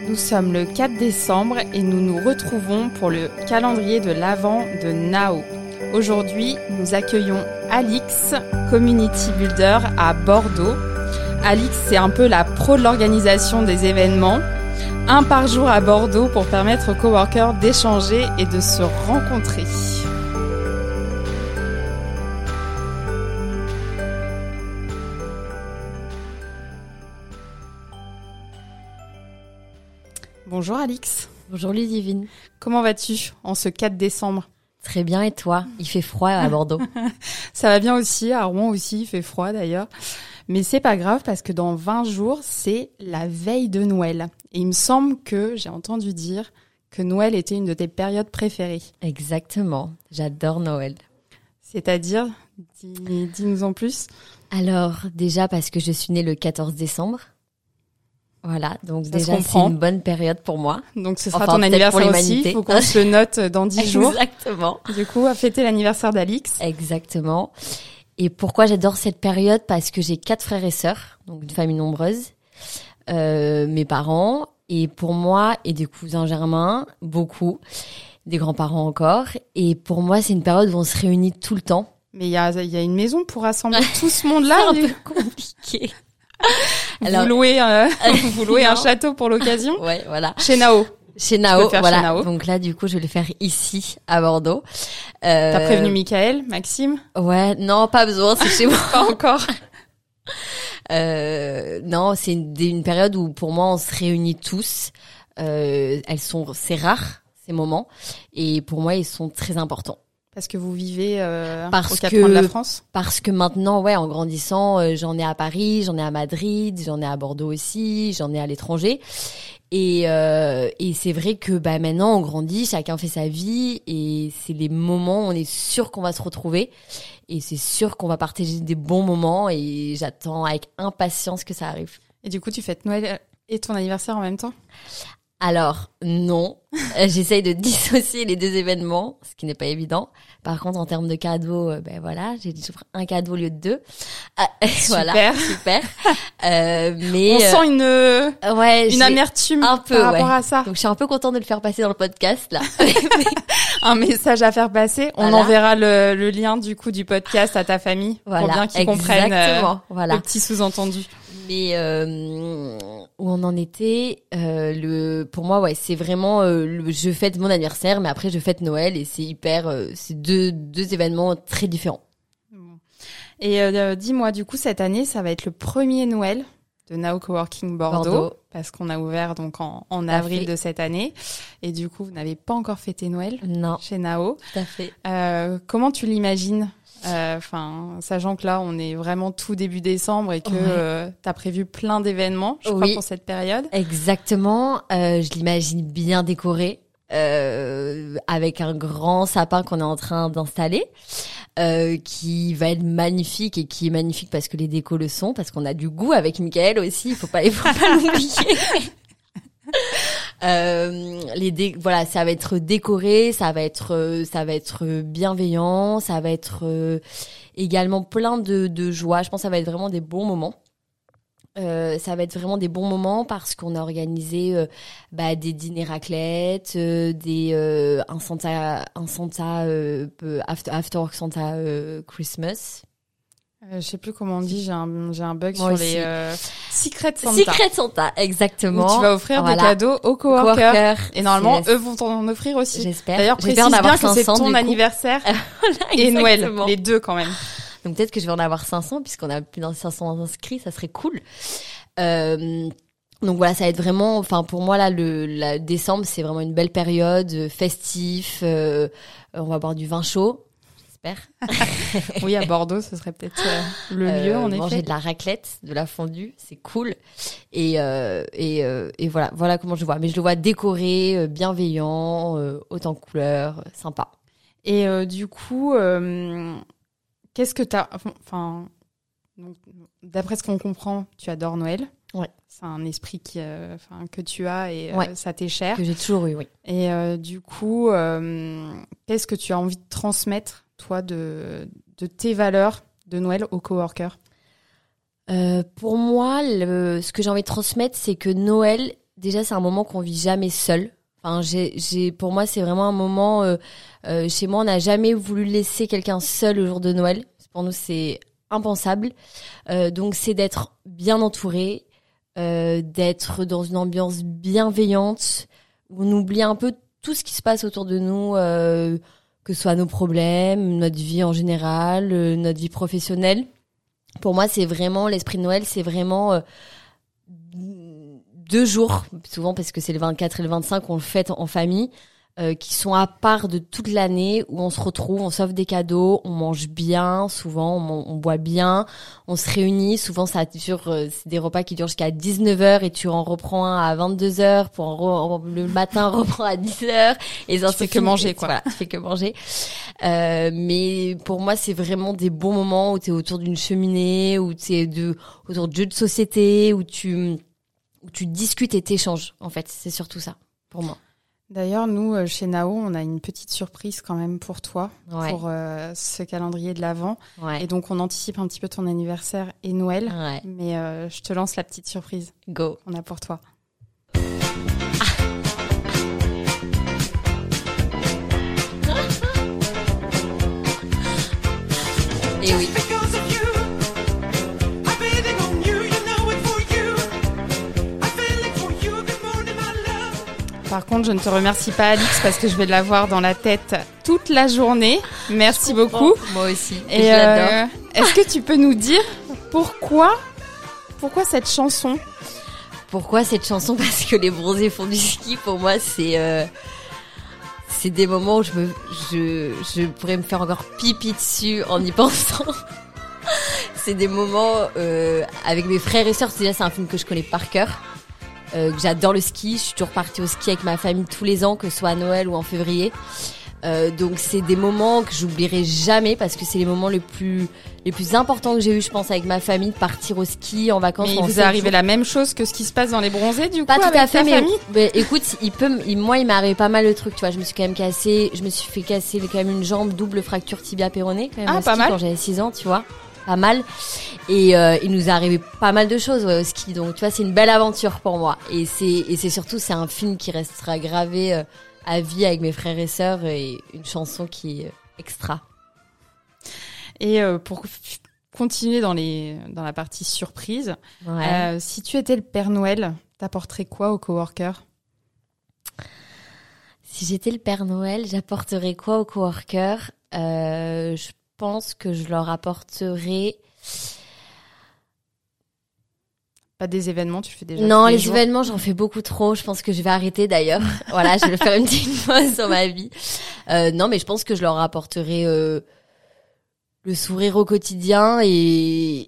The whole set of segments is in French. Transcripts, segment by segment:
Nous sommes le 4 décembre et nous nous retrouvons pour le calendrier de l'Avent de Nao. Aujourd'hui, nous accueillons Alix, Community Builder à Bordeaux. Alix, c'est un peu la pro de l'organisation des événements. 1 par jour à Bordeaux pour permettre aux coworkers d'échanger et de se rencontrer. Bonjour Alix. Bonjour Ludivine. Comment vas-tu en ce 4 décembre ? Très bien, et toi ? Il fait froid à Bordeaux. Ça va bien aussi, à Rouen aussi, il fait froid d'ailleurs. Mais c'est pas grave parce que dans 20 jours, c'est la veille de Noël. Et il me semble que j'ai entendu dire que Noël était une de tes périodes préférées. Exactement, j'adore Noël. C'est-à-dire, dis-nous en plus. Alors, déjà parce que je suis née le 14 décembre. Voilà, donc Ça déjà c'est une bonne période pour moi. Donc ce sera ton anniversaire aussi, il faut qu'on se le note dans 10 jours. Exactement. Du coup, à fêter l'anniversaire d'Alix. Exactement. Et pourquoi j'adore cette période ? Parce que j'ai 4 frères et sœurs, donc une famille nombreuse, mes parents, et pour moi, et des cousins germains, beaucoup, des grands-parents encore. Et pour moi, c'est une période où on se réunit tout le temps. Mais il y a une maison pour rassembler tout ce monde-là. C'est un peu compliqué. Alors, vous louez un château pour l'occasion. Ouais, voilà. Chez Nao. Chez Nao, voilà. Chez Nao. Donc là, du coup, je vais le faire ici, à Bordeaux. T'as prévenu Michael, Maxime ? Ouais, non, pas besoin, c'est chez moi. Pas encore. Non, c'est une période où, pour moi, on se réunit tous. C'est rare, ces moments. Et pour moi, ils sont très importants. Parce que vous vivez aux 4 coins de la France ? Parce que maintenant, ouais, en grandissant, j'en ai à Paris, j'en ai à Madrid, j'en ai à Bordeaux aussi, j'en ai à l'étranger. Et c'est vrai que maintenant, on grandit, chacun fait sa vie et c'est les moments où on est sûr qu'on va se retrouver. Et c'est sûr qu'on va partager des bons moments et j'attends avec impatience que ça arrive. Et du coup, tu fêtes Noël et ton anniversaire en même temps ? Alors, non. J'essaye de dissocier les deux événements, ce qui n'est pas évident. Par contre, en termes de cadeaux, voilà, j'ai dit un cadeau au lieu de 2. Voilà, super. Mais on sent une amertume un peu, par rapport à ça. Donc, je suis un peu contente de le faire passer dans le podcast, là. Un message à faire passer. On enverra le lien, du coup, du podcast à ta famille. Pour bien qu'ils comprennent le petit sous-entendu. Mais où on en était, pour moi, ouais, c'est vraiment je fête mon anniversaire, mais après je fête Noël et c'est c'est deux événements très différents. Et dis-moi, du coup, cette année, ça va être le premier Noël de Nao Coworking Bordeaux. Parce qu'on a ouvert donc en avril de cette année. Et du coup, vous n'avez pas encore fêté Noël chez Nao. Tout à fait. Comment tu l'imagines ? Sachant que là, on est vraiment tout début décembre et que t'as prévu plein d'événements, je crois, pour cette période. Exactement. Je l'imagine bien décoré, avec un grand sapin qu'on est en train d'installer, qui va être magnifique et qui est magnifique parce que les décos le sont, parce qu'on a du goût avec Michael aussi. Il faut pas l'oublier. Voilà, ça va être décoré, ça va être bienveillant, ça va être également plein de joie. Je pense que ça va être vraiment des bons moments. Ça va être vraiment des bons moments parce qu'on a organisé des dîners raclette, un Santa after Santa Christmas. Je sais plus comment on dit, j'ai un bug sur les Secret Santa. Secret Santa, exactement. Où tu vas offrir des cadeaux aux coworkers. Et normalement, eux vont t'en offrir aussi. J'espère. D'ailleurs, précise bien que c'est ton anniversaire et Noël, les deux quand même. Donc peut-être que je vais en avoir 500 puisqu'on a plus d'un 500 inscrits, ça serait cool. Donc voilà, ça va être vraiment, pour moi là, décembre, c'est vraiment une belle période, festif. On va boire du vin chaud. Oui, à Bordeaux, ce serait peut-être le lieu, en effet. Manger de la raclette, de la fondue, c'est cool. Et voilà comment je le vois. Mais je le vois décoré, bienveillant, haut en couleurs, sympa. Et du coup, qu'est-ce que t'as... donc, d'après ce qu'on comprend, tu adores Noël. Ouais. C'est un esprit que tu as et ça t'est cher. Que j'ai toujours eu, oui. Et du coup, qu'est-ce que tu as envie de transmettre, toi, de tes valeurs de Noël aux coworkers ? Pour moi, ce que j'ai envie de transmettre, c'est que Noël, déjà c'est un moment qu'on vit jamais seul. Enfin, pour moi, c'est vraiment un moment. Chez moi, on n'a jamais voulu laisser quelqu'un seul le jour de Noël. Pour nous, c'est impensable. Donc, c'est d'être bien entouré, d'être dans une ambiance bienveillante où on oublie un peu tout ce qui se passe autour de nous, que ce soit nos problèmes, notre vie en général, notre vie professionnelle. Pour moi, c'est vraiment l'esprit de Noël, c'est vraiment 2 jours, souvent parce que c'est le 24 et le 25, on le fête en famille, qui sont à part de toute l'année, où on se retrouve, on s'offre des cadeaux, on mange bien, souvent on boit bien, on se réunit, souvent ça dure, c'est des repas qui durent jusqu'à 19h et tu en reprends un à 22h pour le matin reprends à 10h et ça tu fais que manger quoi. Voilà, tu fais que manger. Mais pour moi c'est vraiment des bons moments où tu es autour d'une cheminée, où tu es autour de jeux de société, où tu discutes et t'échanges en fait, c'est surtout ça pour moi. D'ailleurs, nous, chez Nao, on a une petite surprise quand même pour toi, pour ce calendrier de l'Avent. Ouais. Et donc, on anticipe un petit peu ton anniversaire et Noël. Ouais. Mais je te lance la petite surprise Go. qu'on a pour toi. Et oui. Par contre, je ne te remercie pas, Alix, parce que je vais l'avoir dans la tête toute la journée. Merci beaucoup. Moi aussi. Et je l'adore. Est-ce que tu peux nous dire pourquoi cette chanson? Pourquoi cette chanson? Parce que les bronzés font du ski. Pour moi, c'est des moments où je pourrais me faire encore pipi dessus en y pensant. C'est des moments avec mes frères et sœurs. Déjà, c'est un film que je connais par cœur. Que j'adore le ski, je suis toujours partie au ski avec ma famille tous les ans, que ce soit à Noël ou en février. Donc c'est des moments que j'oublierai jamais parce que c'est les moments les plus importants que j'ai eu, je pense, avec ma famille, de partir au ski en vacances. Mais il vous est arrivé la même chose que ce qui se passe dans les bronzés, du coup, pas tout avec à fait, ta famille? mais écoute, moi il m'est arrivé pas mal de trucs, tu vois. Je me suis fait casser quand même une jambe, double fracture tibia péroné quand même au ski pas mal. quand j'avais 6 ans, tu vois. Pas mal. Et il nous est arrivé pas mal de choses au ski. Donc tu vois, c'est une belle aventure pour moi. Et c'est surtout, c'est un film qui restera gravé à vie avec mes frères et sœurs et une chanson qui est extra. Et pour continuer dans la partie surprise, si tu étais le Père Noël, t'apporterais quoi aux coworkers? Si j'étais le Père Noël, j'apporterais quoi aux coworkers? Je pense que je leur apporterais... Pas des événements, tu le fais déjà? Non, les événements, j'en fais beaucoup trop. Je pense que je vais arrêter d'ailleurs. Voilà, je vais faire une petite pause sur ma vie. Non, mais je pense que je leur apporterai le sourire au quotidien et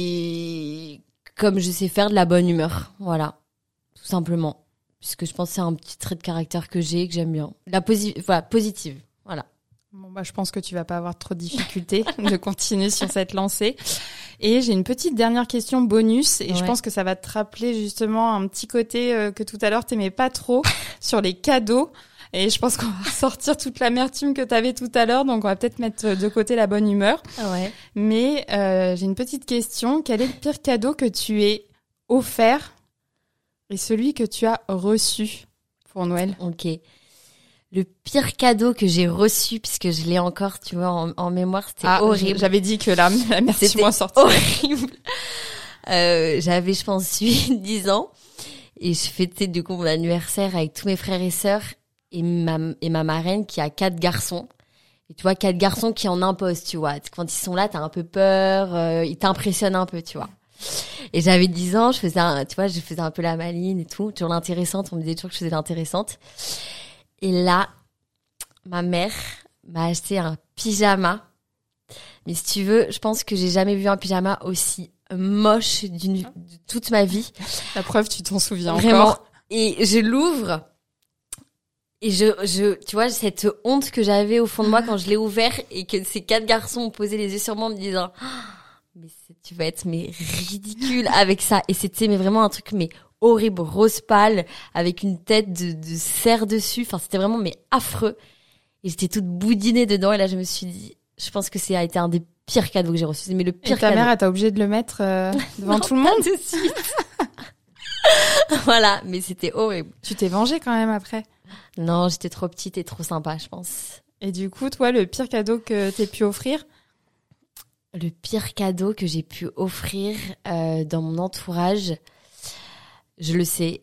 comme je sais faire, de la bonne humeur. Voilà, tout simplement. Puisque je pense que c'est un petit trait de caractère que j'ai, que j'aime bien. Positive. Voilà. Bon, je pense que tu vas pas avoir trop de difficultés de continuer sur cette lancée. Et j'ai une petite dernière question bonus et je pense que ça va te rappeler justement un petit côté que tout à l'heure t'aimais pas trop sur les cadeaux. Et je pense qu'on va ressortir toute l'amertume que t'avais tout à l'heure, donc on va peut-être mettre de côté la bonne humeur. Ouais. Mais j'ai une petite question. Quel est le pire cadeau que tu aies offert et celui que tu as reçu pour Noël? Ok. Le pire cadeau que j'ai reçu, puisque je l'ai encore, tu vois, en mémoire, c'était horrible. J'avais dit que l'amertume en sortait. Horrible. J'avais, je pense, 10 ans. Et je fêtais, du coup, mon anniversaire avec tous mes frères et sœurs et ma marraine qui a 4 garçons. Et tu vois, 4 garçons qui en imposent, tu vois. Quand ils sont là, t'as un peu peur, ils t'impressionnent un peu, tu vois. Et j'avais 10 ans, je faisais un peu la maline et tout, toujours l'intéressante. On me disait toujours que je faisais l'intéressante. Et là, ma mère m'a acheté un pyjama. Mais si tu veux, je pense que j'ai jamais vu un pyjama aussi moche de toute ma vie. La preuve, tu t'en souviens vraiment encore. Et je l'ouvre. Et tu vois, cette honte que j'avais au fond de moi quand je l'ai ouvert et que ces 4 garçons ont posé les yeux sur moi en me disant mais tu vas être ridicule avec ça. Et c'était vraiment un truc horrible, rose pâle, avec une tête de cerf dessus. Enfin, c'était vraiment affreux. Et j'étais toute boudinée dedans. Et là, je me suis dit, je pense que ça a été un des pires cadeaux que j'ai reçus. Mais le pire cadeau. Et ta mère, elle t'a obligé de le mettre devant tout le monde? Pas de suite. Voilà, mais c'était horrible. Tu t'es vengée quand même après. Non, j'étais trop petite et trop sympa, je pense. Et du coup, toi, le pire cadeau que t'aies pu offrir? Le pire cadeau que j'ai pu offrir dans mon entourage, je le sais,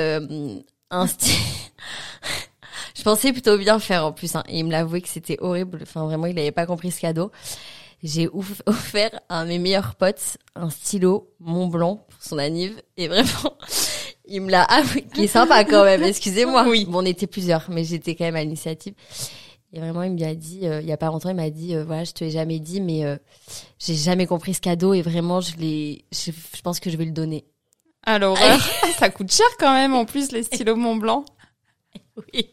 je pensais plutôt bien faire en plus, hein, et il me l'a avoué que c'était horrible. Enfin, vraiment, il n'avait pas compris ce cadeau. J'ai offert à mes meilleurs potes un stylo Montblanc pour son anniv, et vraiment, il me l'a avoué, qui est sympa quand même, excusez-moi. Oui. Bon, on était plusieurs, mais j'étais quand même à l'initiative. Et vraiment, il m'a dit, il y a pas longtemps, il m'a dit, voilà, je te l'ai jamais dit, mais j'ai jamais compris ce cadeau, et vraiment, je pense que je vais le donner. Alors, ça coûte cher quand même, en plus, les stylos Montblanc. Oui.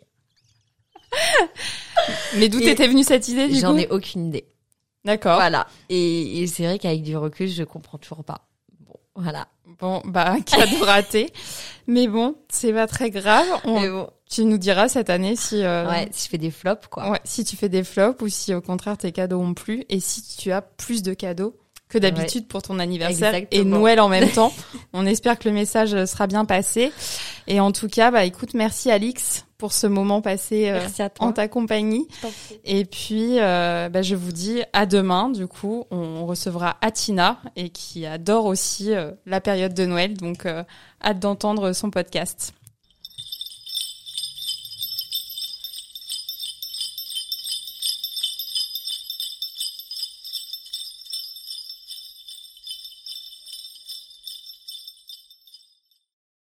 Mais d'où t'étais venue cette idée, du coup? J'en ai aucune idée. D'accord. Voilà. Et c'est vrai qu'avec du recul, je comprends toujours pas. Bon, voilà. Bon, bah, cadeau raté. Mais bon, c'est pas très grave. Mais bon. Tu nous diras cette année si... Ouais, si je fais des flops, quoi. Ouais, si tu fais des flops ou si au contraire tes cadeaux ont plu et si tu as plus de cadeaux que d'habitude pour ton anniversaire Exactement. et Noël en même temps. On espère que le message sera bien passé. Et en tout cas, bah écoute, merci Alix pour ce moment passé Merci à toi. en ta compagnie. Et puis, bah, je vous dis à demain. Du coup, on recevra Atina et qui adore aussi la période de Noël. Donc, hâte d'entendre son podcast.